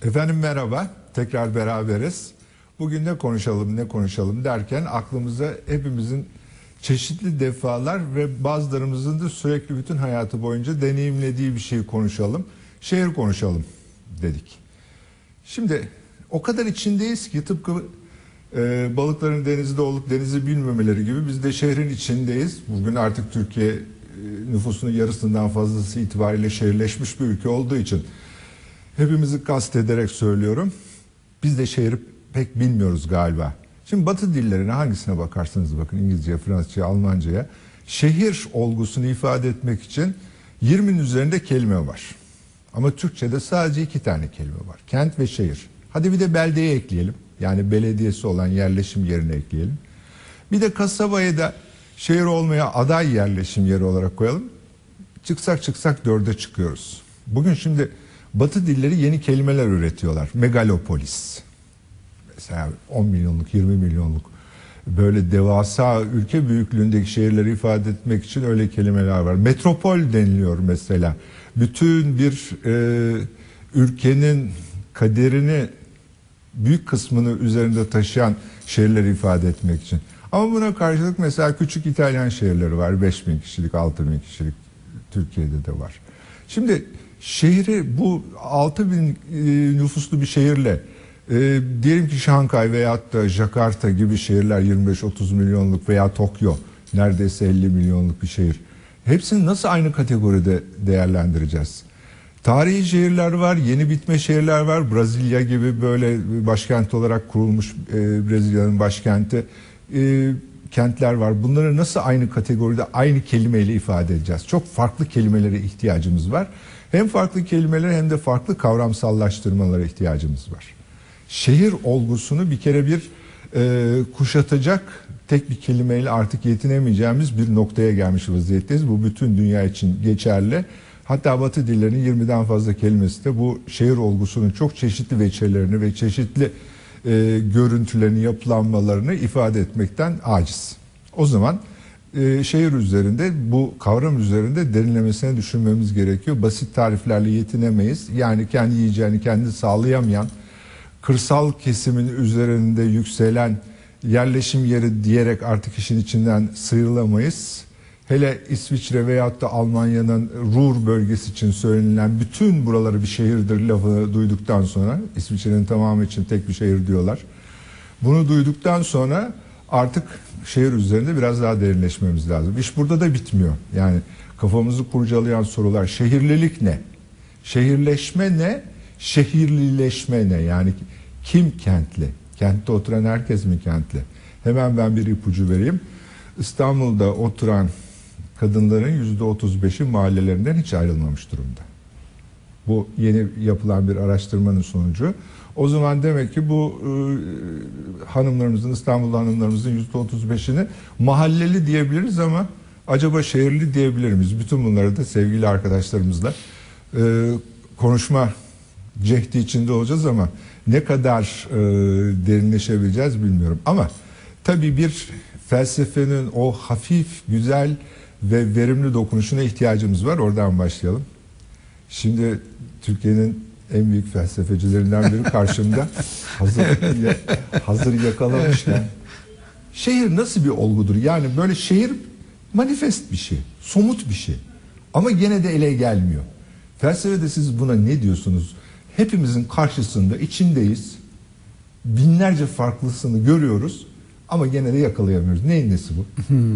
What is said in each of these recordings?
Efendim merhaba, tekrar beraberiz. Bugün ne konuşalım derken aklımıza hepimizin çeşitli defalar ve bazılarımızın da sürekli bütün hayatı boyunca deneyimlediği bir şeyi konuşalım. Şehir konuşalım dedik. Şimdi o kadar içindeyiz ki tıpkı balıkların denizde olup denizi bilmemeleri gibi biz de şehrin içindeyiz. Bugün artık Türkiye nüfusunun yarısından fazlası itibariyle şehirleşmiş bir ülke olduğu için hepimizi kastederek söylüyorum. Biz de şehri pek bilmiyoruz galiba. Şimdi Batı dillerine hangisine bakarsanız bakın, İngilizce, Fransızca, Almanca'ya, şehir olgusunu ifade etmek için 20'nin üzerinde kelime var. Ama Türkçe'de sadece 2 tane kelime var. Kent ve şehir. Hadi bir de beldeyi ekleyelim. Yani belediyesi olan yerleşim yerine ekleyelim. Bir de kasabayı da şehir olmaya aday yerleşim yeri olarak koyalım. Çıksak 4'e çıkıyoruz. Bugün şimdi Batı dilleri yeni kelimeler üretiyorlar. Megalopolis. Mesela 10 milyonluk, 20 milyonluk böyle devasa ülke büyüklüğündeki şehirleri ifade etmek için öyle kelimeler var. Metropol deniliyor mesela. Bütün bir ülkenin kaderini, büyük kısmını üzerinde taşıyan şehirleri ifade etmek için. Ama buna karşılık mesela küçük İtalyan şehirleri var. 5.000 kişilik, 6.000 kişilik Türkiye'de de var. Şimdi şehri bu 6.000 nüfuslu bir şehirle diyelim ki Şanghay veyahut da Jakarta gibi şehirler 25-30 milyonluk veya Tokyo neredeyse 50 milyonluk bir şehir. Hepsini nasıl aynı kategoride değerlendireceğiz? Tarihi şehirler var, yeni bitme şehirler var. Brezilya gibi böyle başkent olarak kurulmuş Brezilya'nın başkenti kentler var. Bunları nasıl aynı kategoride aynı kelimeyle ifade edeceğiz? Çok farklı kelimelere ihtiyacımız var. Hem farklı kelimeler hem de farklı kavramsallaştırmalara ihtiyacımız var. Şehir olgusunu bir kere kuşatacak tek bir kelimeyle artık yetinemeyeceğimiz bir noktaya gelmiş vaziyetteyiz. Bu bütün dünya için geçerli. Hatta Batı dillerinin 20'den fazla kelimesi de bu şehir olgusunun çok çeşitli veçelerini ve çeşitli görüntülerini, yapılanmalarını ifade etmekten aciz. O zaman şehir üzerinde, bu kavram üzerinde derinlemesine düşünmemiz gerekiyor. Basit tariflerle yetinemeyiz. Yani kendi yiyeceğini kendi sağlayamayan, kırsal kesimin üzerinde yükselen yerleşim yeri diyerek artık işin içinden sıyrılamayız. Hele İsviçre veyahut da Almanya'nın Ruhr bölgesi için söylenilen bütün buraları bir şehirdir lafını duyduktan sonra, İsviçre'nin tamamı için tek bir şehir diyorlar. Bunu duyduktan sonra artık şehir üzerinde biraz daha derinleşmemiz lazım. İş burada da bitmiyor. Yani kafamızı kurcalayan sorular: şehirlilik ne? Şehirleşme ne? Şehirlileşme ne? Yani kim kentli? Kentte oturan herkes mi kentli? Hemen ben bir ipucu vereyim. İstanbul'da oturan kadınların %35'i mahallelerinden hiç ayrılmamış durumda. Bu yeni yapılan bir araştırmanın sonucu. O zaman demek ki bu hanımlarımızın, İstanbul'da hanımlarımızın %35'ini mahalleli diyebiliriz ama acaba şehirli diyebilir miyiz? Bütün bunları da sevgili arkadaşlarımızla konuşma cehdi içinde olacağız ama ne kadar derinleşebileceğiz bilmiyorum. Ama tabii bir felsefenin o hafif, güzel ve verimli dokunuşuna ihtiyacımız var. Oradan başlayalım. Şimdi Türkiye'nin en büyük felsefecilerinden biri karşımda. hazır yakalamışken. Şehir nasıl bir olgudur? Yani böyle şehir manifest bir şey, somut bir şey. Ama gene de ele gelmiyor. Felsefede siz buna ne diyorsunuz? Hepimizin karşısında, içindeyiz. Binlerce farklısını görüyoruz ama gene de yakalayamıyoruz. Neyin nesi bu?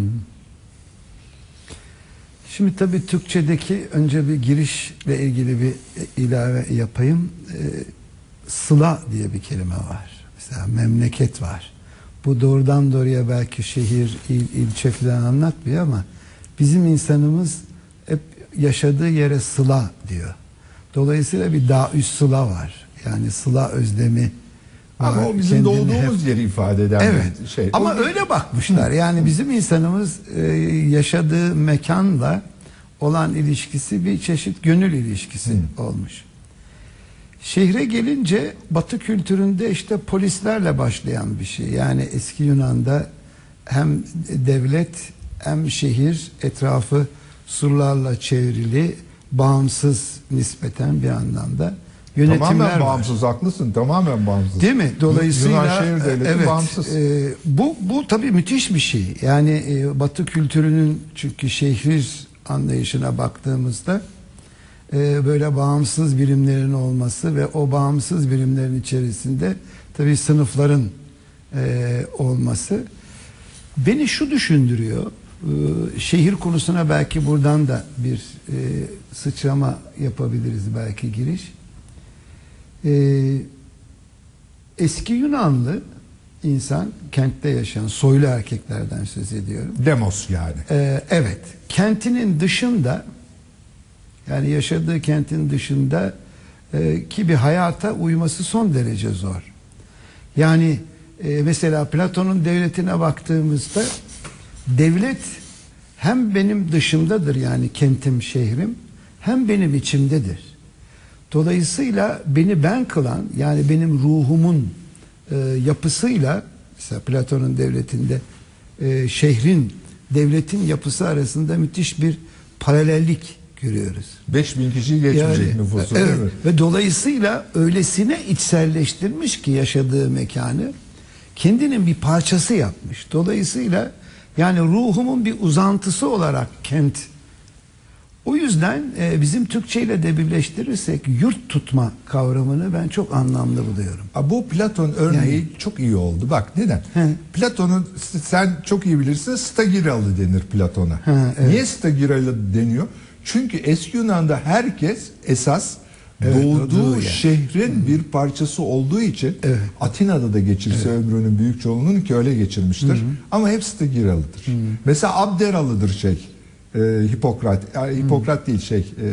Şimdi tabii Türkçedeki önce bir girişle ilgili bir ilave yapayım. Sıla diye bir kelime var. Mesela memleket var. Bu doğrudan doğruya belki şehir, ilçe falan anlatmıyor ama bizim insanımız hep yaşadığı yere sıla diyor. Dolayısıyla bir daha üst sıla var. Yani sıla özlemi. Ama o bizim doğduğumuz yeri ifade eden bir şey. Ama öyle bakmışlar. Yani bizim insanımız yaşadığı mekanla olan ilişkisi bir çeşit gönül ilişkisi olmuş. Şehre gelince Batı kültüründe işte polislerle başlayan bir şey. Yani eski Yunan'da hem devlet hem şehir etrafı surlarla çevrili, bağımsız nispeten bir anlamda yönetimler Tamamen var. bağımsız, haklısın. Tamamen bağımsız. Değil mi? Dolayısıyla Yunan şehir devleti evet, bağımsız. bu tabii müthiş bir şey. Yani Batı kültürünün, çünkü şehir anlayışına baktığımızda böyle bağımsız birimlerin olması ve o bağımsız birimlerin içerisinde tabii sınıfların olması beni şu düşündürüyor. Şehir konusuna belki buradan da bir sıçrama yapabiliriz, belki giriş. Eski Yunanlı insan, kentte yaşayan soylu erkeklerden söz ediyorum. Demos yani. Evet, kentinin dışında, yani yaşadığı kentin dışında ki bir hayata uyması son derece zor. Yani mesela Platon'un devletine baktığımızda devlet hem benim dışımdadır, yani kentim, şehrim, hem benim içimdedir. Dolayısıyla beni ben kılan, yani benim ruhumun yapısıyla, mesela Platon'un devletinde şehrin, devletin yapısı arasında müthiş bir paralellik görüyoruz. 5000 kişiyi geçmeyecek Yani, nüfusu evet, değil mi? ve dolayısıyla öylesine içselleştirmiş ki yaşadığı mekanı, kendinin bir parçası yapmış. Dolayısıyla yani ruhumun bir uzantısı olarak kent. O yüzden bizim Türkçe ile de birleştirirsek yurt tutma kavramını ben çok anlamlı buluyorum. Bu Platon örneği Yani- çok iyi oldu. Bak neden? He. Platon'un, sen çok iyi bilirsin, Stagiralı denir Platon'a. He, evet. Niye Stagiralı deniyor? Çünkü eski Yunan'da herkes esas Evet, doğduğu doğduğu yer. şehrin bir parçası olduğu için Evet. Atina'da da geçirse ömrünün büyük çoğunluğunu, ki öyle geçirmiştir. Ama hep Stagiralıdır. Mesela Abderalıdır Hipokrat. Yani Hipokrat değil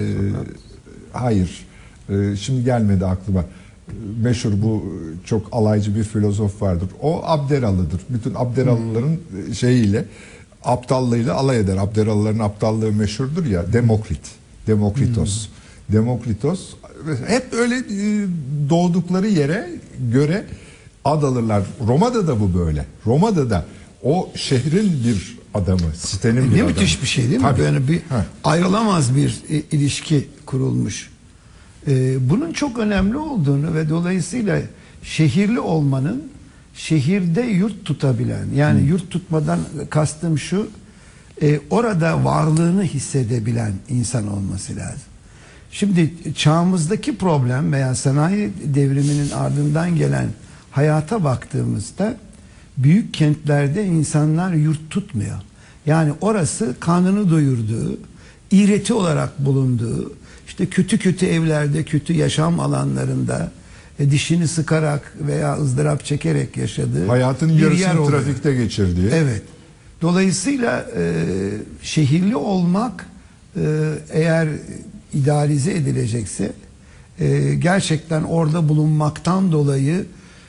hayır. Şimdi gelmedi aklıma. Meşhur bu çok alaycı bir filozof vardır. O Abderalıdır. Bütün Abderalıların şeyiyle, aptallığıyla alay eder. Abderalıların aptallığı meşhurdur ya. Demokritos. Demokritos hep öyle doğdukları yere göre ad alırlar. Roma'da da bu böyle. Roma'da da o şehrin bir adamı, sitenin bir Ne adamı. müthiş bir şey değil mi? Tabii. Böyle bir Heh. ayrılamaz bir ilişki kurulmuş. Bunun çok önemli olduğunu ve dolayısıyla şehirli olmanın şehirde yurt tutabilen, yani yurt tutmadan kastım şu, orada varlığını hissedebilen insan olması lazım. Şimdi çağımızdaki problem veya sanayi devriminin ardından gelen hayata baktığımızda büyük kentlerde insanlar yurt tutmuyor. Yani orası karnını doyurduğu, iğreti olarak bulunduğu, işte kötü evlerde, kötü yaşam alanlarında dişini sıkarak veya ızdırap çekerek yaşadığı Hayatın bir yer yarısını oluyor. trafikte geçirdiği. Evet. Dolayısıyla şehirli olmak eğer idealize edilecekse gerçekten orada bulunmaktan dolayı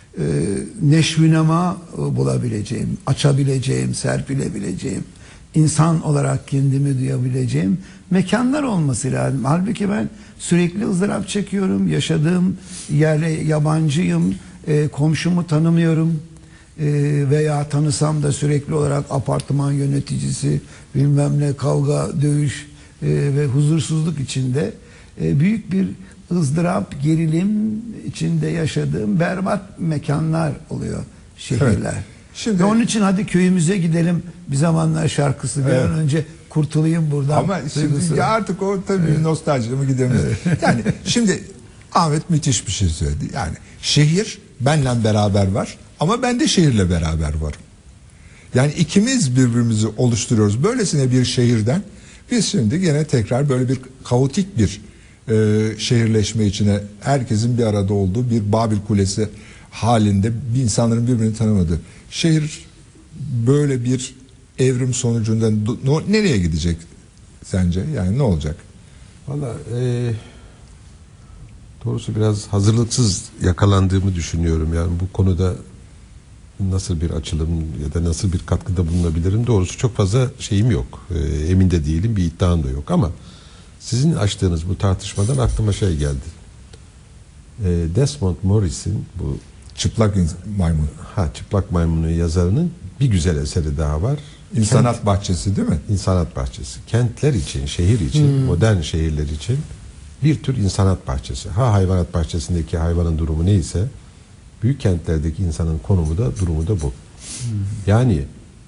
neşvünema bulabileceğim, açabileceğim, serpilebileceğim, insan olarak kendimi duyabileceğim mekanlar olması lazım. Halbuki ben sürekli ızdırap çekiyorum, yaşadığım yerle yabancıyım, komşumu tanımıyorum. Veya tanısam da sürekli olarak apartman yöneticisi, bilmem ne, kavga, dövüş ve huzursuzluk içinde büyük bir ızdırap, gerilim içinde yaşadığım berbat mekanlar oluyor şehirler. Evet. Şimdi- Ve onun için hadi köyümüze gidelim, bir zamanlar şarkısı, bir Evet. an önce kurtulayım buradan. Ama duygusu. şimdi ya artık o tabii nostalji mi gidemiz. Yani şimdi Ahmet müthiş bir şey söyledi. Yani şehir benle beraber var ama ben de şehirle beraber varım. Yani ikimiz birbirimizi oluşturuyoruz. Böylesine bir şehirden biz şimdi gene tekrar böyle bir kaotik bir şehirleşme içine, herkesin bir arada olduğu bir Babil Kulesi halinde bir insanların birbirini tanımadığı şehir böyle bir evrim sonucunda nereye gidecek sence? Yani ne olacak? Valla doğrusu biraz hazırlıksız yakalandığımı düşünüyorum. Yani bu konuda nasıl bir açılım ya da nasıl bir katkıda bulunabilirim, doğrusu çok fazla şeyim yok. Emin de değilim, bir iddiam da yok ama sizin açtığınız bu tartışmadan aklıma şey geldi. Desmond Morris'in bu Çıplak maymun. Çıplak Maymun'un yazarının bir güzel eseri daha var. İnsanat bahçesi değil mi? İnsanat Bahçesi. Kentler için, şehir için, modern şehirler için bir tür insanat bahçesi. Ha hayvanat bahçesindeki hayvanın durumu neyse büyük kentlerdeki insanın konumu da durumu da bu. Yani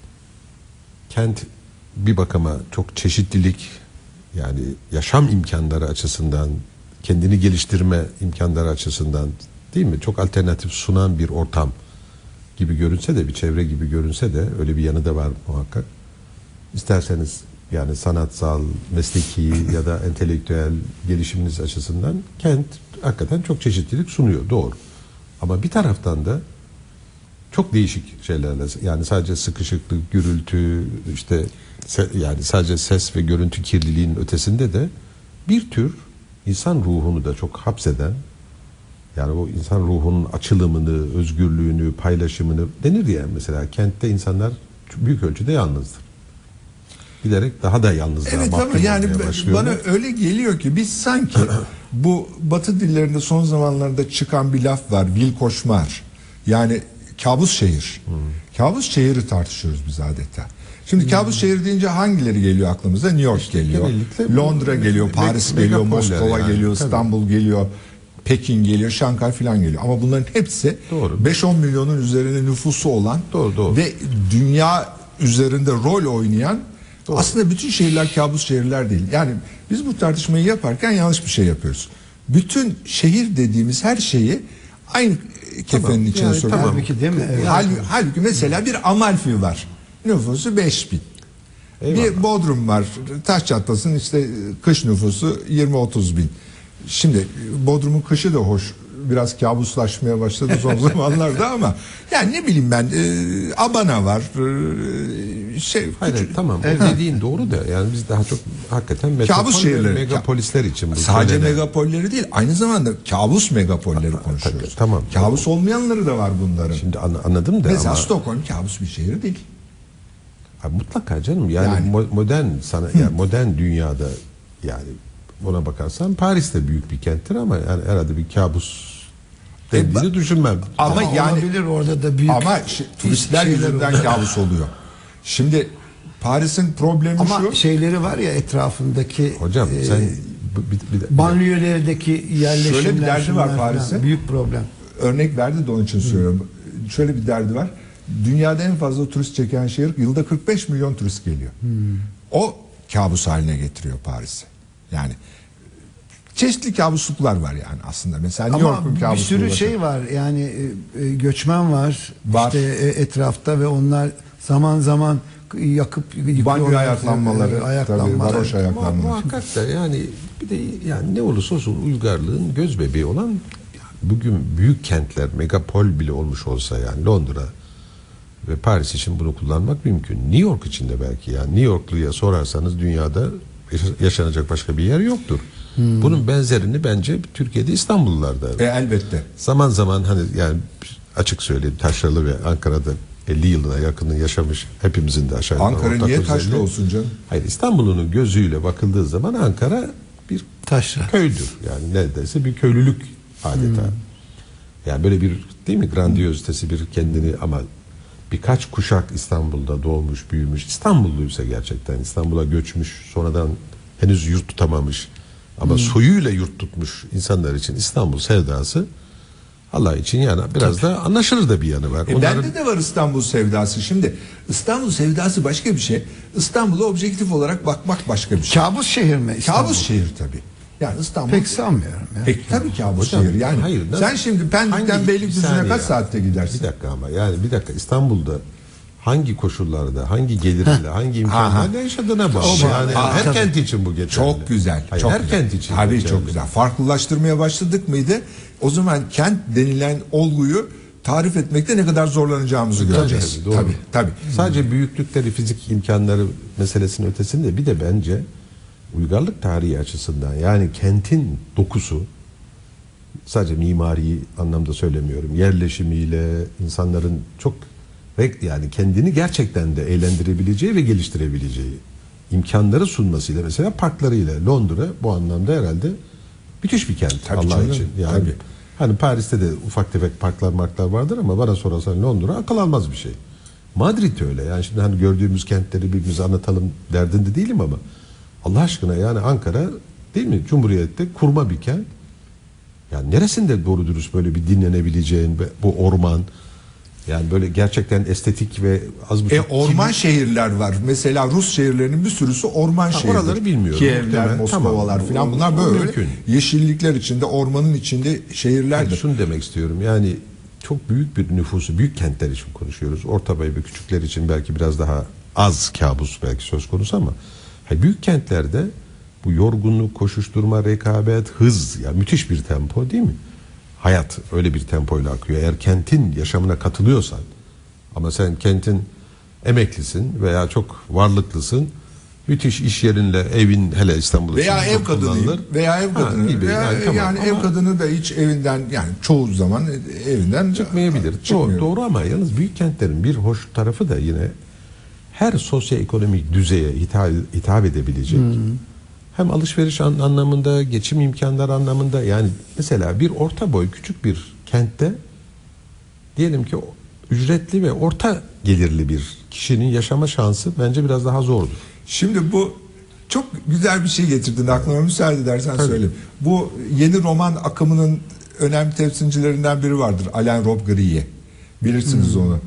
kent bir bakıma çok çeşitlilik, yani yaşam imkanları açısından, kendini geliştirme imkanları açısından, değil mi? Çok alternatif sunan bir ortam gibi görünse de, bir çevre gibi görünse de, öyle bir yanı da var muhakkak. İsterseniz yani sanatsal, mesleki ya da entelektüel gelişiminiz açısından kent hakikaten çok çeşitlilik sunuyor, doğru. Ama bir taraftan da çok değişik şeylerle, yani sadece sıkışıklık, gürültü, işte yani sadece ses ve görüntü kirliliğinin ötesinde de bir tür insan ruhunu da çok hapseden, yani o insan ruhunun açılımını, özgürlüğünü, paylaşımını, denir ya mesela kentte insanlar büyük ölçüde yalnızdır. Giderek daha da yalnızlığa Evet ama mahkum yani olmaya başlıyorlar. bana öyle geliyor ki biz sanki bu Batı dillerinde son zamanlarda çıkan bir laf var, Vilkoşmar. Yani kabus şehir. Kabus şehri tartışıyoruz biz adeta. Şimdi kabus şehir deyince hangileri geliyor aklımıza? New York geliyor, genellikle Londra geliyor, Paris geliyor, megapoller Moskova yani. geliyor, Tabii. İstanbul geliyor, Pekin geliyor, Şanghay falan geliyor. Ama bunların hepsi Doğru. 5-10 milyonun üzerinde nüfusu olan Doğru. ve dünya üzerinde rol oynayan, aslında bütün şehirler kabus şehirler değil. Yani biz bu tartışmayı yaparken yanlış bir şey yapıyoruz. Bütün şehir dediğimiz her şeyi aynı kefenin içine yani sokuyoruz. tamam. Halbuki değil mi? Evet. Halbuki mesela bir Amalfi var. Nüfusu 5000. Eyvallah. Bir Bodrum var. Taşçatlası'nın işte kış nüfusu 20-30 bin. Şimdi Bodrum'un kışı da hoş. Biraz kabuslaşmaya başladı son zamanlarda ama yani ne bileyim ben, Abana var. Hayır, küçük- tamam. O dediğin doğru da yani biz daha çok hakikaten metropol Kabus ve şehirleri. megapolisler için bu Sadece söylenen. megapolleri değil, aynı zamanda kabus megapolleri konuşuyoruz. tabii, tamam. Kabus olmayanları da var bunların. Şimdi anladım da Mesela ama Stockholm kabus bir şehir değil. ha, mutlaka canım yani, Yani. modern yani modern dünyada, yani ona bakarsan Paris de büyük bir kenttir ama yani herhalde bir kabus dendiğini düşünmem. Ama yani olabilir orada da büyük turistler şeyler yüzünden oluyor. kabus oluyor. Şimdi Paris'in problemi Ama şu. şeyleri var ya etrafındaki Hocam sen banliyölerdeki yerleşimler, Şöyle bir derdi şunlar var falan, Paris'in. büyük problem. Örnek verdi de onun için söylüyorum. Şöyle bir derdi var. Dünyada en fazla turist çeken şehir, yılda 45 milyon turist geliyor. O kabus haline getiriyor Paris'i. Yani çeşitli kabusluklar var yani aslında. Mesela New Ama York'un bir kabusluğu sürü var. şey var yani göçmen var, Var. işte etrafta ve onlar zaman zaman yakıp yıkıyorlar. Banyo ayaklanmaları, tabii, varoş ayaklanmaları. muhakkak da yani bir de yani ne olursa olsun uygarlığın göz bebeği olan, yani bugün büyük kentler megapol bile olmuş olsa, yani Londra ve Paris için bunu kullanmak mümkün. New York için de belki, yani New Yorkluya sorarsanız dünyada yaşanacak başka bir yer yoktur. Bunun benzerini bence Türkiye'de İstanbullularda. Elbette. Zaman zaman hani yani açık söyleyeyim, Taşralı ve Ankara'da 50 yılına yakını yaşamış hepimizin de aşağı yukarı Ankara ortak niye özelliği. taşlı olsun canım? Hayır, İstanbul'un gözüyle bakıldığı zaman Ankara bir Taşra. köydür. Yani neredeyse bir köylülük adeta. Yani böyle bir, değil mi, grandiyozitesi, bir kendini, ama birkaç kuşak İstanbul'da doğmuş, büyümüş, İstanbulluysa gerçekten İstanbul'a göçmüş, sonradan henüz yurt tutamamış ama soyuyla yurt tutmuş insanlar için İstanbul sevdası Allah için yani biraz da anlaşılır da bir yanı var. Bende de var İstanbul sevdası. Şimdi İstanbul sevdası başka bir şey. İstanbul'a objektif olarak bakmak başka bir şey. Kabus şehir mi İstanbul? Kabus şehir tabii. Yani İstanbul Pek sanmıyorum ya. tabii kabus Hocam, şehir. Yani hayır, sen şimdi Pendik'ten hangi- bir Beylikdüzü'ne saniye kaç ya. saatte gidersin? Bir dakika ama yani bir dakika, İstanbul'da hangi koşullarda, hangi gelirle, hangi imkanlarla yaşadığına bağlı. O bağlı. Yani her Tabii. kent için bu geçerli. Çok güzel. Hayır, çok her güzel. kent için. Tabii geçerli. çok güzel. Farklılaştırmaya başladık mıydı? O zaman kent denilen olguyu tarif etmekte ne kadar zorlanacağımızı göreceğiz. doğru. Tabii. Sadece büyüklükleri, fizik imkanları meselesinin ötesinde bir de bence uygarlık tarihi açısından, yani kentin dokusu, sadece mimari anlamda söylemiyorum, yerleşimiyle insanların çok yani kendini gerçekten de eğlendirebileceği ve geliştirebileceği imkanları sunmasıyla, mesela parklarıyla Londra bu anlamda herhalde müthiş bir kent Tabii Allah canım, için. Yani tabii. hani Paris'te de ufak tefek parklar vardır ama bana sorarsan Londra akıl almaz bir şey. Madrid öyle. Yani şimdi hani gördüğümüz kentleri birbirimize anlatalım derdinde değilim ama Allah aşkına yani Ankara değil mi? Cumhuriyette kurma bir kent. Yani neresinde doğru dürüst böyle bir dinlenebileceğin bu orman, yani böyle gerçekten estetik ve az buçuk Orman şehirler var. Mesela Rus şehirlerinin bir sürüsü orman şehirleri. oraları bilmiyorum. Kievler, Muhtemelen. Moskovalar Tamam. falan, bunlar O böyle mümkün. yeşillikler içinde, ormanın içinde Yani şehirlerdir. şunu demek istiyorum, yani çok büyük bir nüfusu, büyük kentler için konuşuyoruz. Orta boy ve küçükler için belki biraz daha az kabus belki söz konusu ama büyük kentlerde bu yorgunluk, koşuşturma, rekabet, hız, ya müthiş bir tempo değil mi? Hayat öyle bir tempoyla akıyor. Eğer kentin yaşamına katılıyorsan, ama sen kentin emeklisin veya çok varlıklısın, müthiş iş yerinle evin, hele İstanbul'da Veya çok ev kadınıyım, kullanılır. veya ev kadını, gibi. veya Yani tamam. yani ev Ama kadını da hiç evinden, yani çoğu zaman evinden çıkmayabilir. çıkmıyor. Doğru ama yalnız büyük kentlerin bir hoş tarafı da yine her sosyoekonomik düzeye hitap edebilecek. Hem alışveriş anlamında, geçim imkanları anlamında, yani mesela bir orta boy küçük bir kentte diyelim ki ücretli ve orta gelirli bir kişinin yaşama şansı bence biraz daha zordur. Şimdi bu çok güzel bir şey getirdin aklıma, müsaade edersen söyleyeyim. Bu yeni roman akımının önemli temsilcilerinden biri vardır, Alain Robbe-Grillet. Bilirsiniz onu.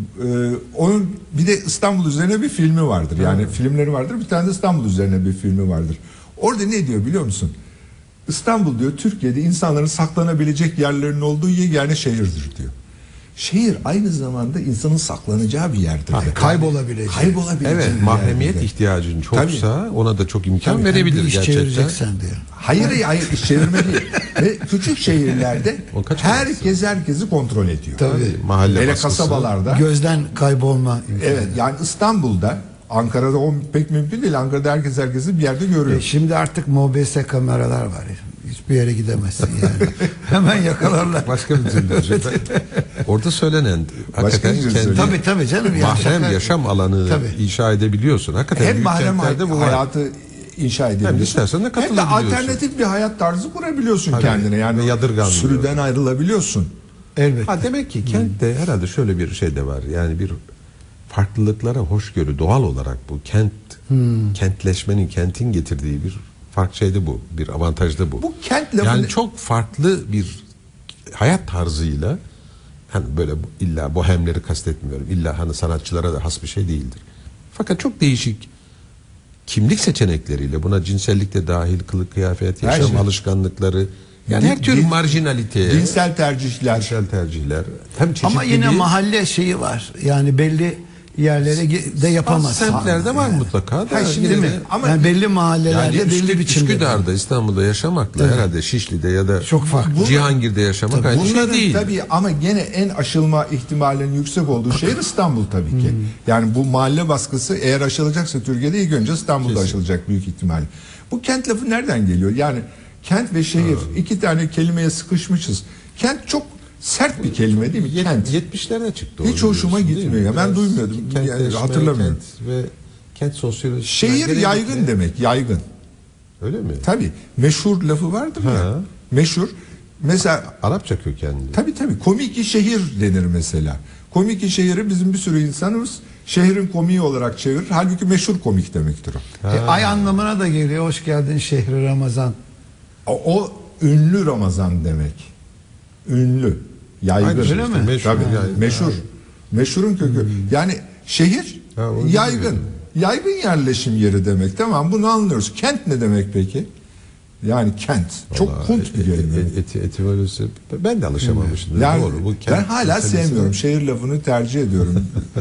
Onun bir de İstanbul üzerine bir filmi vardır. Yani filmleri vardır. Bir tane de İstanbul üzerine bir filmi vardır. Orada ne diyor biliyor musun? İstanbul diyor, Türkiye'de insanların saklanabilecek yerlerin olduğu yegane şehirdir diyor. Şehir aynı zamanda insanın saklanacağı bir yerdir. Kaybolabilecek. Evet, bir mahremiyet yerdir. ihtiyacın çoksa ona da çok imkan Tabii, verebilir Bir iş gerçekten. çevireceksen diyor. Hayır, iş çevirme değil. Ve küçük şehirlerde O kaç herkesi kontrol ediyor. Tabii. Mahalle Hele baskısı. kasabalarda. Gözden kaybolma imkanı. Evet, yani İstanbul'da, Ankara'da o pek mümkün değil. Ankara'da herkesi bir yerde görüyor. Şimdi artık MOBS kameralar var. Hiçbir yere gidemezsin yani. Hemen yakalarlar. Başka bir türlü. Orada söylenen hakikaten bir şey kendi söyleyeyim. Tabii canım. Yani mahrem şaka- yaşam alanı Tabii. inşa edebiliyorsun. Hakikaten Hem büyük mahrem kentlerde bu var. hayatı inşa edebiliyorsun. istersen de Hem de katılabiliyorsun. alternatif bir hayat tarzı kurabiliyorsun Tabii. kendine. Ve Yani yadırganmıyor. sürüden ayrılabiliyorsun. Elbette. Ha, demek ki kentte herhalde şöyle bir şey de var. Yani bir farklılıklara hoşgörü doğal olarak bu kentleşmenin, kentin getirdiği bir fark şeyde bu. Bir avantaj da bu. Bu kent lafını... Yani çok farklı bir hayat tarzıyla, hani böyle illa bohemleri kastetmiyorum. İlla hani sanatçılara da has bir şey değildir. Fakat çok değişik kimlik seçenekleriyle, buna cinsellik de dahil, kılık kıyafet, Her yaşam şey. alışkanlıkları, yani her tür Din- marjinaliteye, Dinsel tercihler. cinsel tercihler, hem Ama yine çeşitliliği- mahalle şeyi var. Yani belli yerlere de bazı yapamazsın. semtlerde var Yani. mutlaka da. Ha, şimdi Değil mi? yine de- Ama Yani belli mahallelerde Yani belli biçimde. Üsküdar'da, İstanbul'da yaşamakla herhalde Şişli'de ya da Çok farklı. Cihangir'de yaşamak aynı şey Bunların değil. tabii ama gene en aşılma ihtimalinin yüksek olduğu şehir İstanbul tabii ki. Yani bu mahalle baskısı eğer aşılacaksa Türkiye'de ilk önce İstanbul'da aşılacak büyük ihtimalle. Bu kent lafı nereden geliyor? Yani kent ve şehir iki tane kelimeye sıkışmışız. Kent çok sert bir kelime değil mi? Kent. 70'lerde çıktı. Hiç o, hoşuma biliyorsun, gitmiyor değil mi? ya. Ben Biraz duymuyordum. Yani kentleşme, hatırlamıyorum. Kent ve kent sosyolojisi. Şehir yaygın demek, yaygın. Öyle mi? Tabii. Meşhur lafı vardır ya. Ha. Meşhur. Mesela Arapça kökenli. tabii komik şehir denir mesela. Komik şehri bizim bir sürü insanımız şehrin komiği olarak çevirir. Halbuki meşhur komik demektir o. Ay anlamına da geliyor. Hoş geldin şehri Ramazan. O ünlü Ramazan demek. Ünlü. Yaygın. Aynı şey Öyle işte, mi? meşhur. Tabii, Yani. meşhur. Meşhurun kökü. Yani şehir Ha, onu yaygın. bilmiyorum. Yaygın yerleşim yeri demek. Tamam, bunu anlıyoruz. Kent ne demek peki? Yani kent. Çok Vallahi kult bir kelime. etimolojisi ben de alışamamıştım. Yani Doğru, bu ben kent hala meselesi. sevmiyorum. Şehir lafını tercih ediyorum.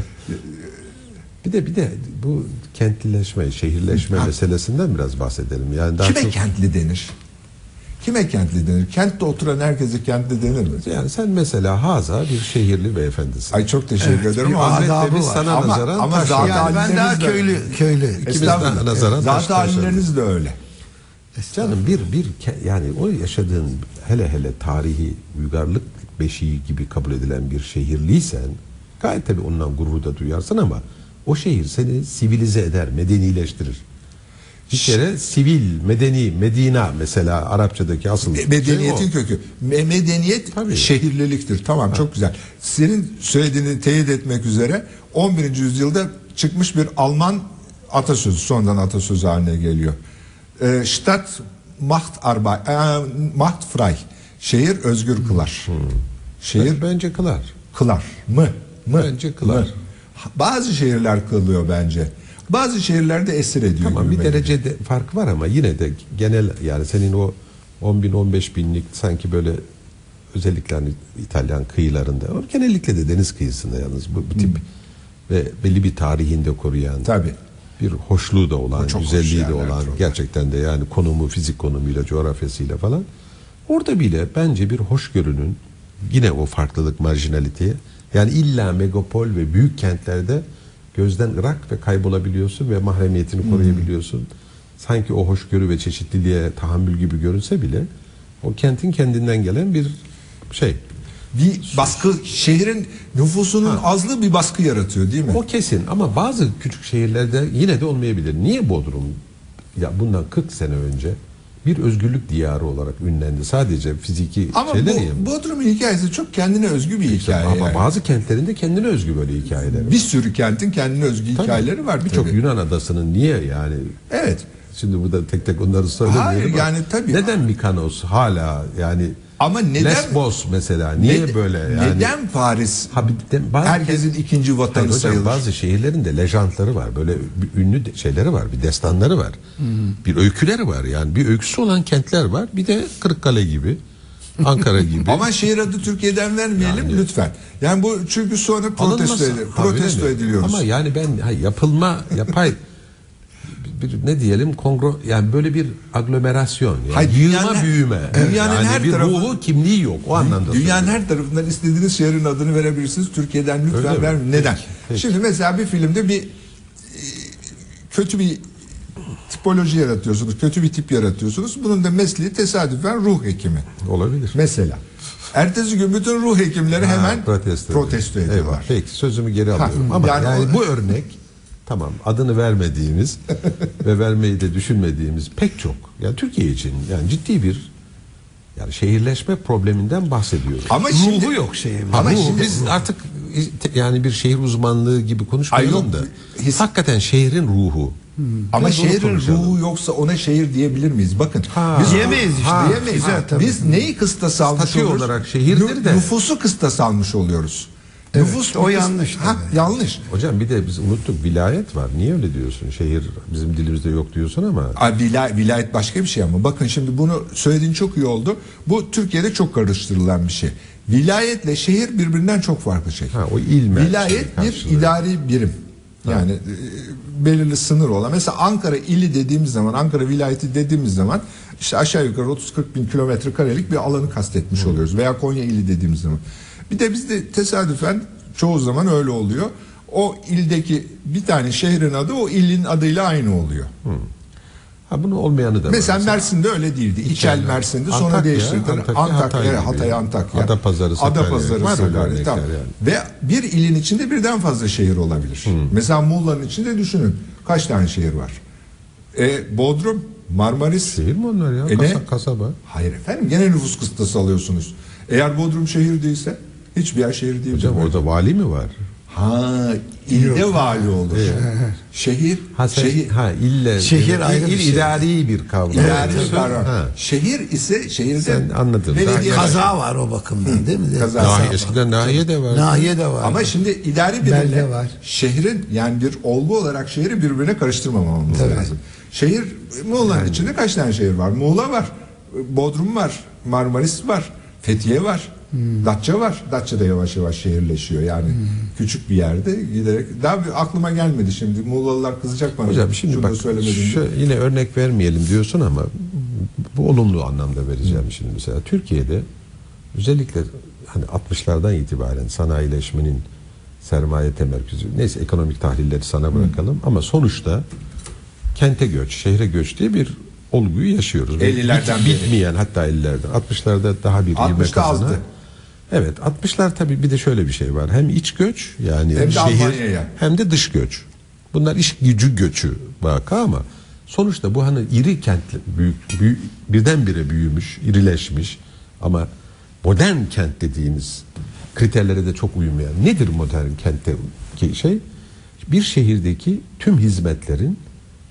Bir de bu kentlileşme, şehirleşme meselesinden biraz bahsedelim. Yani daha Kime çok, kentli denir? Kime kentli denir? Kentte oturan herkese kentli denir mi? yani sen mesela haza bir şehirli beyefendisin. Ay çok teşekkür ederim. bir Ama adabı biz var. sana Ama- nazaran ama taş zaten- yani. Yani ben daha halleriniz de- köylü. İkimiz Estağfurullah. de nazaran Zaten taş taşlarız. halleriniz de öyle. Canım yani o yaşadığın hele tarihi uygarlık beşiği gibi kabul edilen bir şehirliysen gayet tabii ondan gurur da duyarsın ama o şehir seni sivilize eder, medenileştirir. Bir kere sivil, medeni, medina mesela Arapçadaki asıl Medeniyetin şey o. kökü. Medeniyet Tabii. şehirliliktir. Tamam, çok güzel. Senin söylediğini teyit etmek üzere 11. yüzyılda çıkmış bir Alman atasözü, sonradan atasözü haline geliyor. Stadt Macht frei. Şehir özgür kılar. Şehir Bence kılar. kılar mı? Bence kılar. Mı? Bazı şehirler kılıyor bence. Bazı şehirlerde esir ediyor. Tamam, gibi bir bence. derecede fark var ama yine de genel, yani senin o 10 bin 15 binlik sanki böyle, özellikle hani İtalyan kıyılarında, ama genellikle de deniz kıyısında yalnız bu tip ve belli bir tarihinde koruyan, Tabii. bir hoşluğu da olan, çok hoş güzelliği de yerler, olan, çok gerçekten de yani konumu, fizik konumuyla, coğrafyasıyla falan, orada bile bence bir hoşgörünün, yine o farklılık, marjinaliteye, yani illa megapol ve büyük kentlerde gözden ırak ve kaybolabiliyorsun ve mahremiyetini koruyabiliyorsun. Sanki o hoşgörü ve çeşitliliğe tahammül gibi görünse bile o kentin kendinden gelen bir şey. Bir baskı, şehrin nüfusunun azlığı bir baskı yaratıyor değil mi? O kesin, ama bazı küçük şehirlerde yine de olmayabilir. Niye Bodrum ya bundan 40 sene önce bir özgürlük diyarı olarak ünlendi? Sadece fiziki Ama şeyler ya. Bodrum'un hikayesi çok kendine özgü bir hikaye. Ama yani. bazı kentlerinde kendine özgü böyle hikayeler var. Bir sürü kentin kendine özgü Tabii. hikayeleri var. Birçok tabii. Yunan adasının niye yani? Evet. Şimdi burada tek tek onları söylemeyelim. Hayır, ama yani tabii. Neden Mikonos hala yani, Ama neden Lesbos mesela niye böyle yani? Neden Paris Bazı herkesin ikinci vatanı Hayır hocam, sayılır? bazı şehirlerin de lejantları var. Böyle bir ünlü şeyleri var. Bir destanları var. Bir öyküleri var. Yani bir öyküsü olan kentler var. Bir de Kırıkkale gibi, Ankara gibi. Ama şehir adı Türkiye'den vermeyelim lütfen. Yani bu çünkü sonra protesto ediliyoruz. Ama yani ben yapay bir ne diyelim, yani böyle bir aglomerasyon, yani Hayır, yığma büyüme. dünyanın yani her bir tarafı- ruhu, kimliği yok o anlamda. Dünyanın söylüyorum. her tarafından istediğiniz şehrin adını verebilirsiniz. Türkiye'den Öyle lütfen mi? vermeyin. Neden? Peki. Şimdi mesela bir filmde bir kötü bir tipoloji yaratıyorsunuz. Kötü bir tip yaratıyorsunuz. Bunun da mesleği tesadüfen ruh hekimi. Olabilir. Mesela. Ertesi gün bütün ruh hekimleri hemen protesto ediyorlar. Eyvah. Peki, sözümü geri alıyorum. Ama yani yani bu örnek, tamam, adını vermediğimiz ve vermeyi de düşünmediğimiz pek çok, yani Türkiye için yani ciddi bir, yani şehirleşme probleminden bahsediyoruz. Ama Ruhu şimdi yok şehrin. Ama Ruhu, şimdi biz artık yani bir şehir uzmanlığı gibi konuşmayalım Ay yok, da hakikaten şehrin ruhu. ama Biraz onu şehrin konuşalım. ruhu yoksa ona şehir diyebilir miyiz? Bakın biz Diyemeyiz işte. Diyemeyiz. Güzel, tabii. Biz neyi kıstas almış Statü oluyoruz? olarak şehirdir de. Nüfusu kıstas almış oluyoruz. Evet, Nüfus o yanlış tabii. yanlış. Hocam bir de biz unuttuk, vilayet var. Niye öyle diyorsun? Şehir bizim dilimizde yok diyorsun ama. Vilayet başka bir şey ama bakın şimdi bunu söylediğin çok iyi oldu. Bu Türkiye'de çok karıştırılan bir şey. Vilayetle şehir birbirinden çok farklı şey. O il merkezi Vilayet bir karşılığı. idari birim. Yani belirli sınır olan. Mesela Ankara ili dediğimiz zaman, Ankara vilayeti dediğimiz zaman işte aşağı yukarı 30-40 bin kilometre karelik bir alanı kastetmiş oluyoruz. Veya Konya ili dediğimiz zaman. Bir de bizde tesadüfen çoğu zaman öyle oluyor. O ildeki bir tane şehrin adı o ilin adıyla aynı oluyor. Bunun olmayanı da Mesela var. Mersin'de öyle değildi. İçel Mersin'de sonra Antakya, değiştirdiler. Hatay, Antakya. Adapazarı, Adapazarı, var öyle Sakarya. örnekler Tamam. yani. Ve bir ilin içinde birden fazla şehir olabilir. Mesela Muğla'nın içinde düşünün. Kaç tane şehir var? Bodrum, Marmaris. Şehir mi onlar ya? Ne? Kasaba. Hayır efendim, gene nüfus kıstası alıyorsunuz. Eğer Bodrum şehir değilse hiçbir yer şehir değil. Hocam orada vali mi var? İlde vali olur. Şehir, ille. Şehir ayrı bir il şey. idari bir kavram. idari bir Ha. kavram. Şehir ise şehirde Sen anladın. belediye Kaza var o bakımdan değil mi? Kaza. Eskiden nahiye de var. Nahiye de var. Ama şimdi idari Belde birimle var. şehrin, yani bir olgu olarak şehri birbirine karıştırmamamız lazım. Şehir, Muğla'nın içinde kaç tane şehir var? Muğla var, Bodrum var, Marmaris var, Fethiye var, Datça var. Datça da yavaş yavaş şehirleşiyor yani küçük bir yerde giderek. Daha bir aklıma gelmedi şimdi. Muğlalılar kızacak bana. Hocam şimdi Şunu bak da söylemedim diye. yine örnek vermeyelim diyorsun ama bu olumlu anlamda vereceğim şimdi mesela. Türkiye'de özellikle hani 60'lardan itibaren sanayileşmenin sermaye temerküzü, neyse ekonomik tahlilleri sana bırakalım ama sonuçta kente göç, şehre göç diye bir olguyu yaşıyoruz. 50'lerden beri. Bitmeyen, hatta 50'lerden. 60'larda daha bir ivme 60'da kazanan. azdı. Evet, 60'lar tabii bir de şöyle bir şey var. Hem iç göç, yani Hem de şehir, Almanya'ya. hem de dış göç. Bunlar iş gücü göçü vaka ama sonuçta bu hani iri kentli, büyük birdenbire büyümüş, irileşmiş ama modern kent dediğimiz kriterlere de çok uymayan. Nedir modern kentte şey? Bir şehirdeki tüm hizmetlerin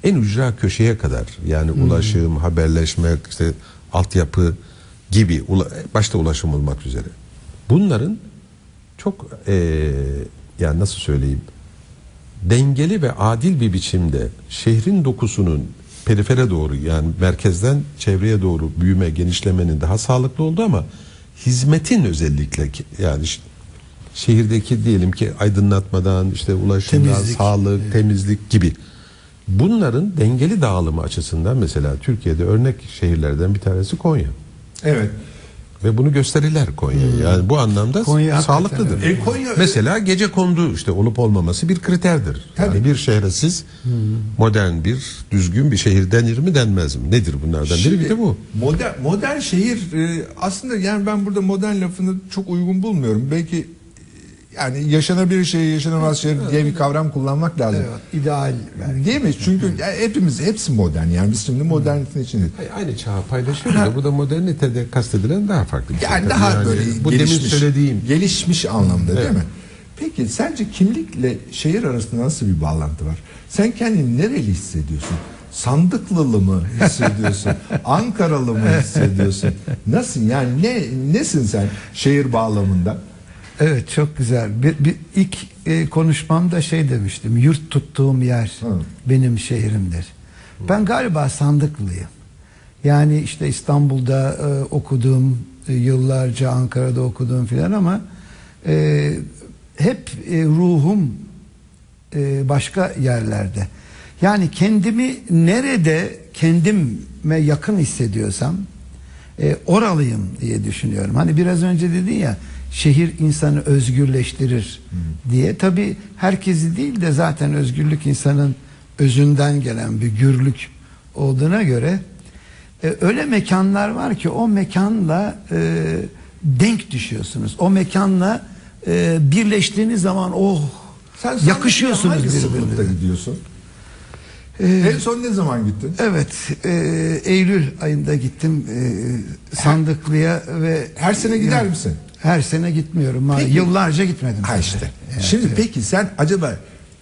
en ücra köşeye kadar, yani ulaşım, haberleşme, işte altyapı gibi, başta ulaşım olmak üzere. Bunların çok yani nasıl söyleyeyim, dengeli ve adil bir biçimde şehrin dokusunun perifere doğru, yani merkezden çevreye doğru büyüme, genişlemenin daha sağlıklı oldu, ama hizmetin özellikle, yani şehirdeki diyelim ki aydınlatmadan, işte ulaşımdan, Temizlik. sağlık, temizlik gibi, bunların dengeli dağılımı açısından mesela Türkiye'de örnek şehirlerden bir tanesi Konya. Evet. Ve bunu gösterirler Konya. Yani bu anlamda Konya sağlıklıdır. hakikaten Konya Mesela gecekondu işte olup olmaması bir kriterdir. Tabii. Yani bir şehre siz modern bir, düzgün bir şehir denir mi denmez mi? Nedir bunlardan biri? Bir de bu. Modern şehir aslında, yani ben burada modern lafını çok uygun bulmuyorum. Belki yani yaşanabilir şehir, yaşanamaz şehir diye bir kavram kullanmak lazım. Evet, ideal belki. Değil mi? Çünkü hepsi modern, yani biz şimdi modernitenin içindeyiz. Aynı çağı paylaşıyoruz da burada modernitede kastedilen daha farklı bir şey. Yani Tabii daha böyle bu demin gelişmiş, söylediğim gelişmiş anlamda, değil Evet. mi? Peki sence kimlikle şehir arasında nasıl bir bağlantı var? Sen kendini nereli hissediyorsun? Sandıklılı mı hissediyorsun? Ankaralı mı hissediyorsun? Nasıl, yani nesin sen şehir bağlamında? Evet, çok güzel. İlk konuşmamda şey demiştim. Yurt tuttuğum yer benim şehrimdir. Ben galiba Sandıklıyım. Yani işte İstanbul'da okudum, yıllarca Ankara'da okudum filan, ama hep ruhum başka yerlerde. Yani kendimi nerede kendime yakın hissediyorsam oralıyım diye düşünüyorum. Hani biraz önce dedin ya, şehir insanı özgürleştirir diye. Tabii herkesi değil de zaten özgürlük insanın özünden gelen bir gürlük olduğuna göre öyle mekanlar var ki o mekanla denk düşüyorsunuz. O mekanla birleştiğiniz zaman Sen yakışıyorsunuz hangi sıklıkta birbirine. gidiyorsun? En son ne zaman gittin? Evet, Eylül ayında gittim Sandıklı'ya ve Her sene gider misin? Her sene gitmiyorum. Peki. Yıllarca gitmedim. Ha tabii. işte. Yani, Şimdi peki sen acaba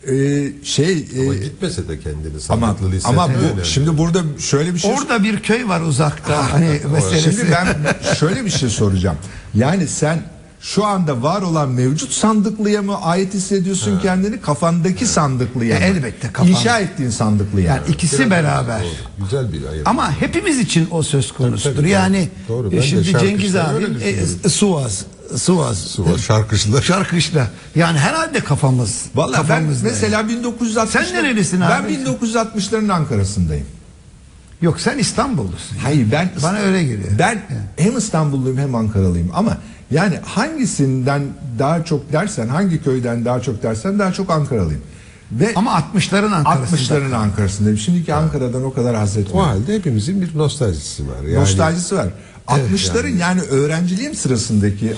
ama gitmese de kendini ama sandıklı ama hissetmiyor bu yani. şimdi burada şöyle bir şey. orada bir köy var uzakta. Hani meselesi. Şimdi ben şöyle bir şey soracağım. Yani sen şu anda var olan mevcut Sandıklı'ya mı ait hissediyorsun kendini, kafandaki Sandıklı'ya mı? Elbette kafam. İnşa ettiğin Sandıklı'ya. Yani ikisi Biraz beraber. doğru. Güzel bir ayır. Ama hepimiz için o söz konusudur. Tabii, yani doğru. Ben de şimdi şarkıcılar Cengiz abi öyle düşünüyorum. Suvaz. Şarkıcılar. Şarkışla. Yani herhalde kafamız. Vallahi ben kafamızda. mesela 1960. Sen nerelisin Ben abi? 1960'ların Ankara'sındayım. Yok, sen İstanbullusun. Hayır, ben Bana öyle geliyor. Ben hem İstanbulluyum hem Ankaralıyım, ama yani hangisinden daha çok dersen, hangi köyden daha çok dersen daha çok Ankaralıyım. Ve Ama 60'ların Ankara'sında. 60'ların Ankara'sındayım. Şimdiki Ankara'dan o kadar haz O etmiyorum. halde hepimizin bir nostaljisi var. Yani Nostaljisi var. 60'ların yani öğrenciliğim sırasındaki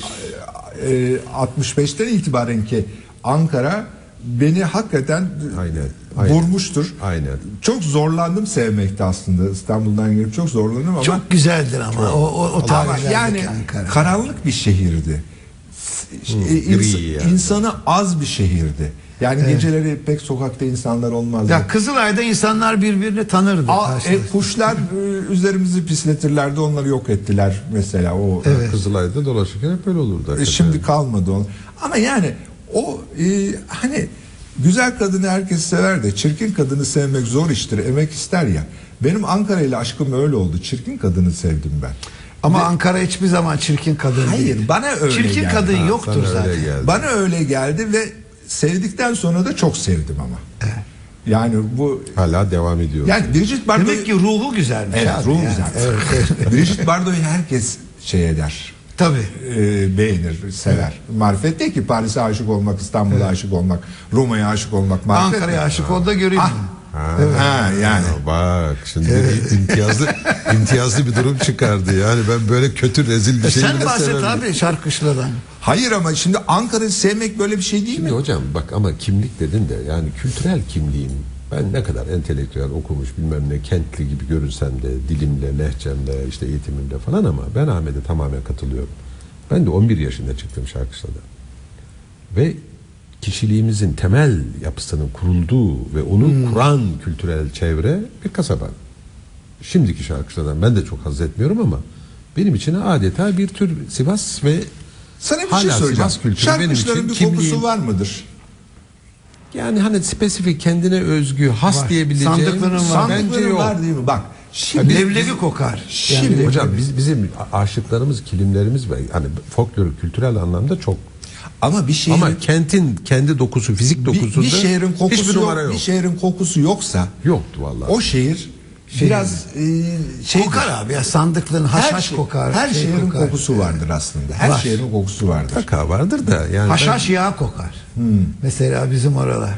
65'ten itibaren ki Ankara beni hakikaten Aynen. vurmuştur. Aynen. Çok zorlandım sevmekte aslında. İstanbul'dan gelip çok zorlandım ama Çok güzeldir ama o ama tarihlerdeki yani Ankara. karanlık bir şehirdi. Gri yani. İnsanı az bir şehirdi. Yani geceleri pek sokakta insanlar olmazdı. Ya Kızılay'da insanlar birbirini tanırdı. karşılıklı. Kuşlar üzerimizi pisletirlerdi, onları yok ettiler mesela. O Kızılay'da dolaşırken hep öyle olurdu. hakikaten. Şimdi kalmadı o. Ama yani o hani güzel kadını herkes sever de çirkin kadını sevmek zor iştir, emek ister ya. Benim Ankara ile aşkım öyle oldu. Çirkin kadını sevdim ben. Ama Ankara hiçbir zaman çirkin kadın Hayır, değil. bana öyle çirkin geldi. kadın Ha, yoktur sana öyle zaten. geldi. Bana öyle geldi ve sevdikten sonra da çok sevdim ama. Yani bu Hala devam ediyor. yani Brigitte Bardot, Demek ki ruhu güzelmiş. evet, abi ruhu yani. güzel. Brigitte Bardot'u herkes şey eder. Tabii. Beğenir, sever. Marifet değil ki Paris'e aşık olmak, İstanbul'a aşık olmak, Roma'ya aşık olmak. Marifet Ankara'ya mi? aşık ol da göreyim. Ha, yani. Bak şimdi bir imtiyazlı bir durum çıkardı. Yani ben böyle kötü rezil bir şey Sen bile bahset sevmem. abi Şarkışla'dan. Hayır ama şimdi Ankara'yı sevmek böyle bir şey değil Şimdi mi? hocam bak, ama kimlik dedin de, yani kültürel kimliğin, ben ne kadar entelektüel okumuş bilmem ne kentli gibi görünsem de dilimle, lehçemle, işte eğitimimle falan, ama ben Ahmet'e tamamen katılıyorum. Ben de 11 yaşında çıktım Şarkışla'da. Ve kişiliğimizin temel yapısının kurulduğu ve onu kuran kültürel çevre bir kasaba. Şimdiki şarkıcılardan ben de çok haz etmiyorum ama benim için adeta bir tür Sivas ve Sana bir hala şey soracağım. Sivas kültürü benim Şarkıcıların için bir kokusu kimliğin- var mıdır? Yani hani spesifik kendine özgü has Var. diyebileceğim Sandıkların var. bence Sandıkları yok. var değil mi? Bak şimdi Leblebi kokar. Şimdi Hocam bizim aşıklarımız, kilimlerimiz ve hani folklor kültürel anlamda çok. ama bir şehrin Ama kentin kendi dokusu, fizik dokusunda bir şehrin kokusu hiçbir numara yok. yok. Bir şehrin kokusu yoksa Yoktu vallahi. o şehir biraz şeydir. Kokar abi ya, sandıkların haşhaş kokar. Her şey şehrin kokar. kokusu vardır aslında. Her Var. şehrin kokusu vardır. Mutlaka vardır da yani Haşhaş yağı kokar. Mesela bizim oralar.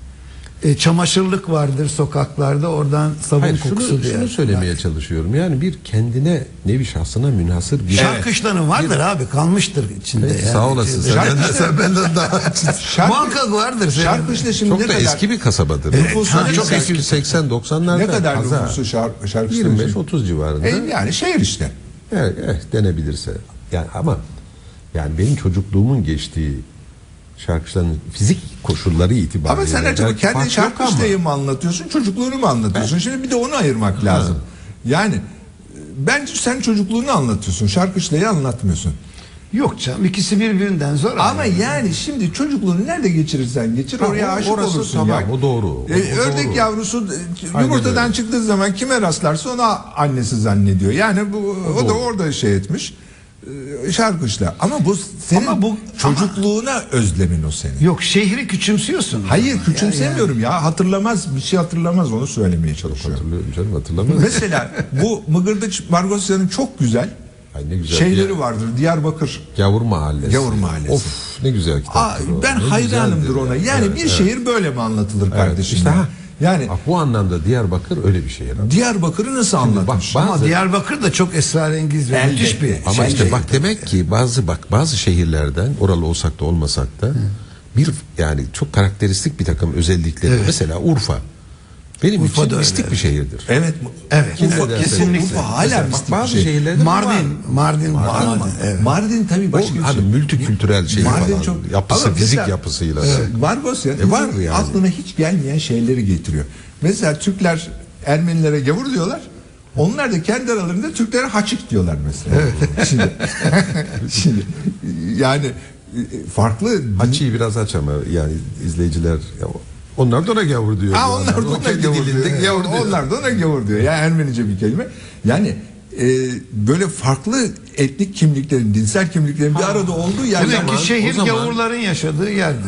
Çamaşırlık vardır sokaklarda, oradan sabun hayır, kokusu diye. şunu söylemeye çalışıyorum. Yani bir kendine nevi şahsına münhasır bir Şarkışların vardır abi, kalmıştır içinde. Peki, yani. sağ olasın. Sen benden daha Muhakkak vardır. Şarkı işte şimdi çok ne da kadar eski bir kasabadır. Nüfusu Yani çok eski. 80-90'larda ne kadar kaza. nüfusu şarkı 25-30 civarında. yani şehir işte. Denebilirse. Yani ama yani benim çocukluğumun geçtiği şarkıcıların fizik koşulları itibariyle. Ama sen acaba belki kendi fark yok şarkı ama. isteği mi anlatıyorsun, çocukluğunu mu anlatıyorsun? Şimdi bir de onu ayırmak lazım. Yani bence sen çocukluğunu anlatıyorsun, şarkı isteği anlatmıyorsun. Yok canım, ikisi birbirinden zor. Ama yani şimdi çocukluğunu nerede geçirirsen geçir Ha, oraya aşık orası olursun tamam, ya. o doğru. O Ördek doğru. yavrusu Aynen yumurtadan öyle. çıktığı zaman kime rastlarsa ona annesi zannediyor. Yani o da doğru. orada şey etmiş. Şarkıçla. Ama bu senin Ama bu- çocukluğuna özlemin o senin. Yok, şehri küçümsüyorsun. Hayır küçümsemiyorum ya. Hatırlamaz, bir şey hatırlamaz, onu söylemeye çalışıyorum. Hatırlıyorum canım, hatırlamıyorum. Mesela bu Mıgırdıç Margosya'nın çok güzel Ay ne güzel. şeyleri vardır. Diyarbakır. Gavur Mahallesi. Gavur Mahallesi. Of ne güzel kitaptır o. Ben Ne hayranımdır güzeldir ona. ya. Yani Evet, bir evet. şehir böyle mi anlatılır kardeşim? İşte ya? ha. Yani Bak, bu anlamda Diyarbakır öyle bir şehir. Diyarbakır'ı nasıl anlatmış? bak, Ama Diyarbakır da çok esrarengiz ve Elbette. müthiş bir Ama şey. işte bak demek ki bazı şehirlerden oralı olsak da olmasak da bir yani çok karakteristik bir takım özellikleri. Evet. Mesela Urfa. Benim Urfa da için öyle, mistik evet. bir şehirdir. Evet. Evet, Kim Urfa ne derse. kesinlikle. Urfa hala Mesela mistik bazı bir şey. şehirlerde Mardin var. Ama Evet. Mardin tabii başka bir hani şey. multikültürel şey Mardin falan. çok Yapısı, Ama fizik mesela, yapısıyla. Barbaros var mı yani? aklına hiç gelmeyen şeyleri getiriyor. Mesela Türkler Ermenilere gavur diyorlar. Onlar da kendi aralarında Türklere haçık diyorlar mesela. şimdi yani farklı Haçiyi biraz aç ama yani izleyiciler ya, onlar da ona gavur diyor. Ha, onlar da O ona kendi gavur dilinde diyor. gavur diyor. Onlar da ona gavur diyor. Yani Ermenice bir kelime. Yani böyle farklı etnik kimliklerin, dinsel kimliklerin bir arada olduğu yer. Demek zaman- ki şehir o zaman- gavurların yaşadığı yerdir.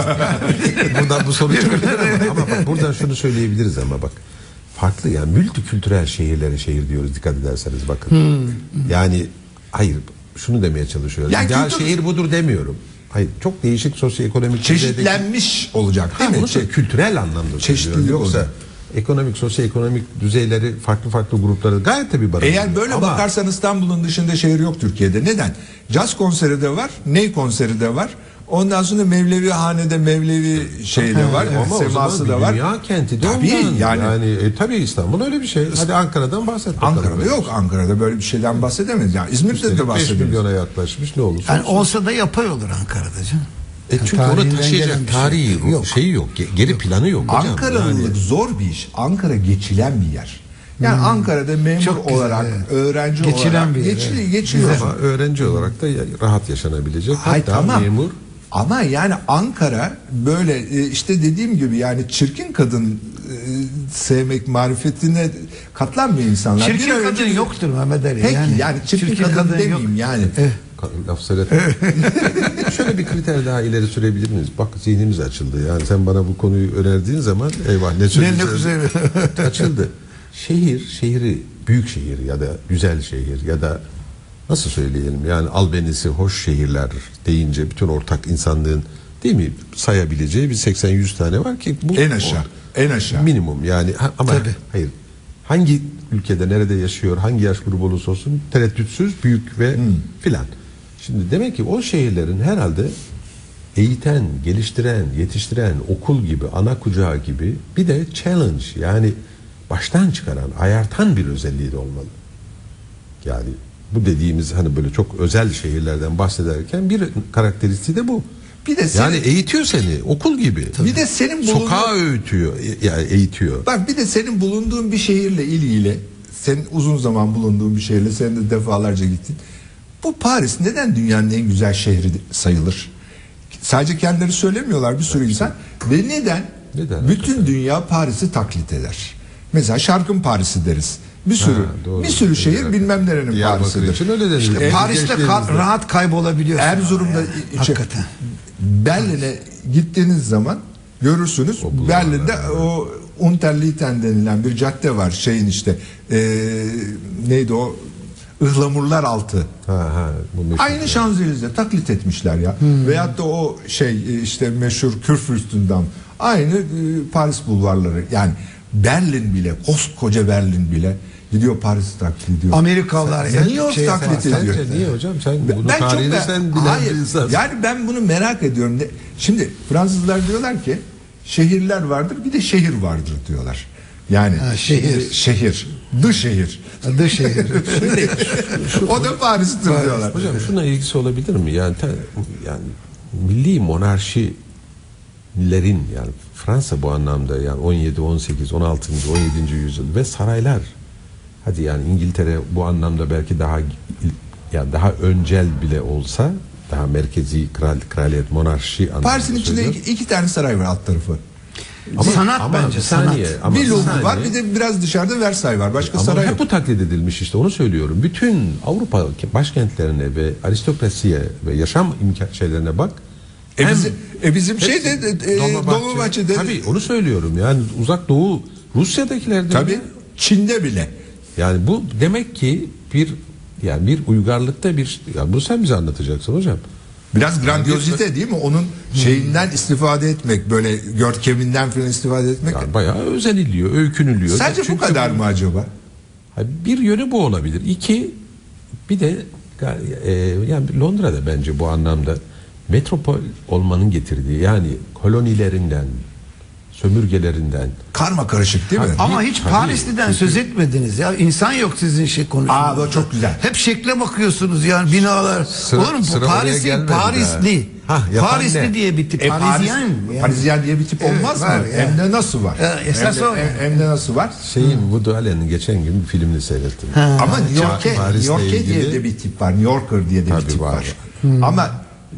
Buradan bu sonuç çıkabilir ama bak buradan şunu söyleyebiliriz ama bak farklı yani multikültürel şehirlere şehir diyoruz dikkat ederseniz bakın. Yani hayır şunu demeye çalışıyoruz. Yani İdeal kültür- şehir budur demiyorum. Hayır çok değişik sosyoekonomik Çeşitlenmiş olacak değil mi? bunu kültürel anlamda çeşitlilik söylüyorum. Yoksa olacak. ekonomik, sosyoekonomik düzeyleri farklı grupları gayet tabii barındırıyor. Eğer böyle Ama bakarsan İstanbul'un dışında şehir yok Türkiye'de. Neden? Caz konseri de var, ney konseri de var. Ondan sonra Mevlevi hanede Mevlevi şey de var, ama o seması zaman da bir var. dünya kenti de Tabii, ondan. yani- Tabii İstanbul öyle bir şey. Hadi Ankara'dan bahset bakalım. Ankara'da yok. Ankara'da böyle bir şeyden bahsedemeyiz. Yani İzmir'de Üstelik de 5 bahsedemeyiz. milyona yaklaşmış ne olursa Yani olsun. olsa da yapay olur Ankara'da canım. Çünkü tarihinden onu taşıyacak gelen bir şey tarihi yok. yok. Şeyi yok. Geri planı yok hocam. Ankaralılık Yani zor bir iş. Ankara geçilen bir yer. Yani Ankara'da memur Çok güzel, olarak, evet. öğrenci Geçilen olarak bir yer, geçiyorsun. ama öğrenci olarak da rahat yaşanabilecek. Hayır, Hatta tamam. memur Ama yani Ankara böyle işte dediğim gibi yani çirkin kadın sevmek marifetine katlanmıyor insanlar. Bir Çirkin an kadın önce- yoktur Mehmet Ali. Peki yani çirkin kadın demeyeyim yani. laf söyletme. Şöyle bir kriter daha ileri sürebilir miyiz? Bak zihnimiz açıldı. Yani sen bana bu konuyu önerdiğin zaman eyvah ne söyleyeceğim. güzel. Açıldı. Şehri büyük şehir ya da güzel şehir ya da nasıl söyleyelim yani albenisi hoş şehirler deyince bütün ortak insanlığın değil mi sayabileceği bir 80-100 tane var ki bu En aşağı. En aşağı. minimum yani ama Tabii. hayır hangi ülkede nerede yaşıyor hangi yaş grubu olursa olsun tereddütsüz büyük ve filan. Şimdi demek ki o şehirlerin herhalde eğiten, geliştiren, yetiştiren okul gibi, ana kucağı gibi bir de challenge yani baştan çıkaran, ayartan bir özelliği de olmalı. Yani bu dediğimiz hani böyle çok özel şehirlerden bahsederken bir karakteristiği de bu. Bir de senin, Yani eğitiyor seni okul gibi. bir de senin Sokağa öğütüyor, yani eğitiyor. Bak bir de senin bulunduğun bir şehirle ilgili, senin uzun zaman bulunduğun bir şehirle, sen de defalarca gittin. Bu Paris neden dünyanın en güzel şehri sayılır? Sadece kendileri söylemiyorlar, bir sürü insan. Ve neden? Bütün dünya Paris'i taklit eder. Mesela şarkın Paris'i deriz. Bir sürü şehir bilmem nerenin Diyarbakır Paris'idir. için öyle denir. İşte Paris'te rahat kaybolabiliyorsun. Erzurum'da hakikaten. Berlin'e gittiğiniz zaman görürsünüz. Berlin'de o Unterlinden denilen bir cadde var. Şeyin işte neydi o? Ihlamurlar altı. Aynı Şanzelize taklit etmişler ya. Veyahut da o işte meşhur Kürfürstendamm. Aynı Paris bulvarları. Yani Berlin bile, koskoca Berlin bile gidiyor Paris'i taklit ediyor. Amerikalılar New York taklit ediyor. Sence niye hocam? Sen bunu tarihini sen bilen bir insansın. Yani ben bunu merak ediyorum. Şimdi Fransızlar diyorlar ki şehirler vardır, bir de şehir vardır diyorlar. Yani şehir. Dış şehir. Dış şehir. O da Paris'tir diyorlar. Hocam şuna ilgisi olabilir mi? Yani milli monarşilerin, yani Fransa bu anlamda, yani 17, 18, 16. 17. yüzyıl ve saraylar, hadi yani İngiltere bu anlamda belki daha öncel bile olsa, daha merkezi kraliyet, monarşi anlamında. Paris'in içinde iki tane saray var alt tarafı. Ama sanat bence sanat. Bir Louvre var, bir de biraz dışarıda Versailles var. Başka saray yok. Hep bu taklit edilmiş, işte onu söylüyorum. Bütün Avrupa başkentlerine ve aristokrasiye ve yaşam şeylerine bak. Bizim Dolmabahçe'de. Tabii onu söylüyorum. Yani Uzak Doğu, Rusya'dakiler de. Tabii Çin'de bile. Yani bu demek ki bir uygarlıkta ya bunu sen bize anlatacaksın hocam. Biraz grandiozite değil mi? Onun şeyinden istifade etmek, böyle görkeminden falan istifade etmek. Yani bayağı özeniliyor, öykünülüyor. Sadece bu kadar mı acaba? Bir yönü bu olabilir. İki, bir de yani Londra'da bence bu anlamda metropol olmanın getirdiği, yani kolonilerinden, sömürgelerinden. Karma karışık değil mi? Ama hiç Parisli'den söz etmediniz ya. İnsan yok sizin konuşmanızda. Bu çok güzel. Hep şekle bakıyorsunuz yani, binalar. Olur mu? Parisli. Parisli diye bir tip. Parisyen diye bir tip olmaz mı? Hem de nasıl var? Esas o. Hem de nasıl var? Woody Allen'in geçen gün bir filmini seyrettim. Ama New York diye de bir tip var. New Yorker diye de bir tip var. Ama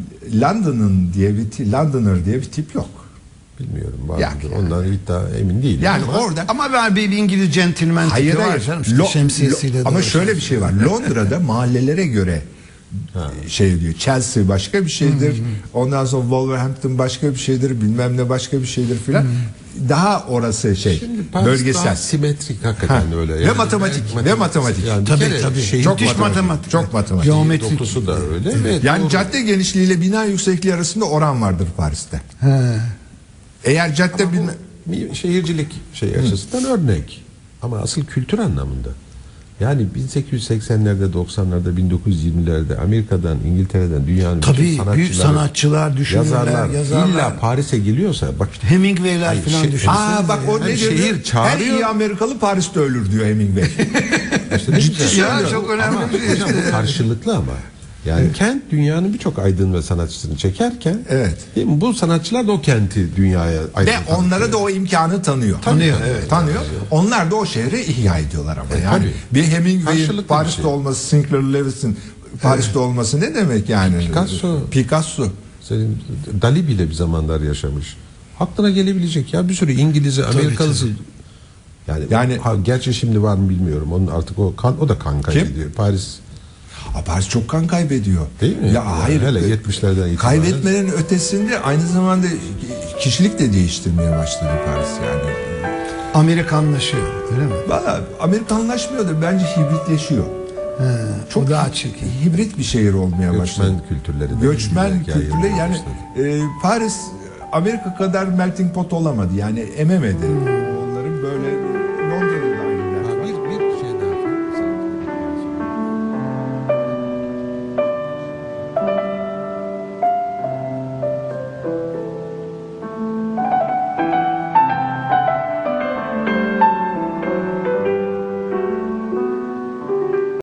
Londoner diye bir tip yok. Bilmiyorum. Ondan emin değilim. Yani orada. Ama ben bir İngiliz gentleman tipi var canım. Şemsiyesiyle. Ama şöyle bir şey var. Londra'da mahallelere göre diyor. Chelsea başka bir şeydir. Ondan sonra Wolverhampton başka bir şeydir. Bilmem ne başka bir şeydir filan. Daha orası bölgesel. Daha simetrik hakikaten öyle. Yani ve matematik. Yani tabii. Çok matematik. Çok matematik. Geometrik. Dokusu da öyle. Evet, yani cadde genişliğiyle bina yüksekliği arasında oran vardır Paris'te. Eğer cadde şehircilik açısından örnek. Ama asıl kültür anlamında. Yani 1880'lerde, 90'larda, 1920'lerde Amerika'dan, İngiltere'den, dünyanın bütün büyük sanatçılar, düşünürler, yazarlar. İlla Paris'e geliyorsa bak, Hemingway'ler falan düşünsene. Bak o ne diyor? Şehir çağırıyor. Her iyi Amerikalı Paris'te ölür diyor Hemingway. Ciddi ya, çok önemli bir şey. Hocam bu karşılıklı ama. Yani kent dünyanın birçok aydın ve sanatçısını çekerken, değil mi? Bu sanatçılar da o kenti dünyaya ve onlara da o imkanı tanıyor. Tanıyor. Onlar da o şehri ihya ediyorlar ama yani. Bir Hemingway'in Paris'te olması, Sinclair Lewis'in Paris'te olması ne demek yani? Picasso. Senin Dali bile bir zamanlar yaşamış. Aklına gelebilecek ya bir sürü İngiliz'i, Amerikalısı. Yani gerçi şimdi var mı bilmiyorum. Onun artık o da kan kaybediyor. Paris çok kan kaybediyor. Değil mi? Hayır. Hele 70'lerden itibaren. Kaybetmenin ötesinde aynı zamanda kişilik de değiştirmeye başladı Paris yani. Amerikanlaşıyor, öyle mi? Valla Amerikanlaşmıyor da bence hibritleşiyor. Çok daha çirkin. Hibrit bir şehir olmaya başladı. Göçmen kültürleri yani Paris Amerika kadar melting pot olamadı. Yani ememedi. Onların böyle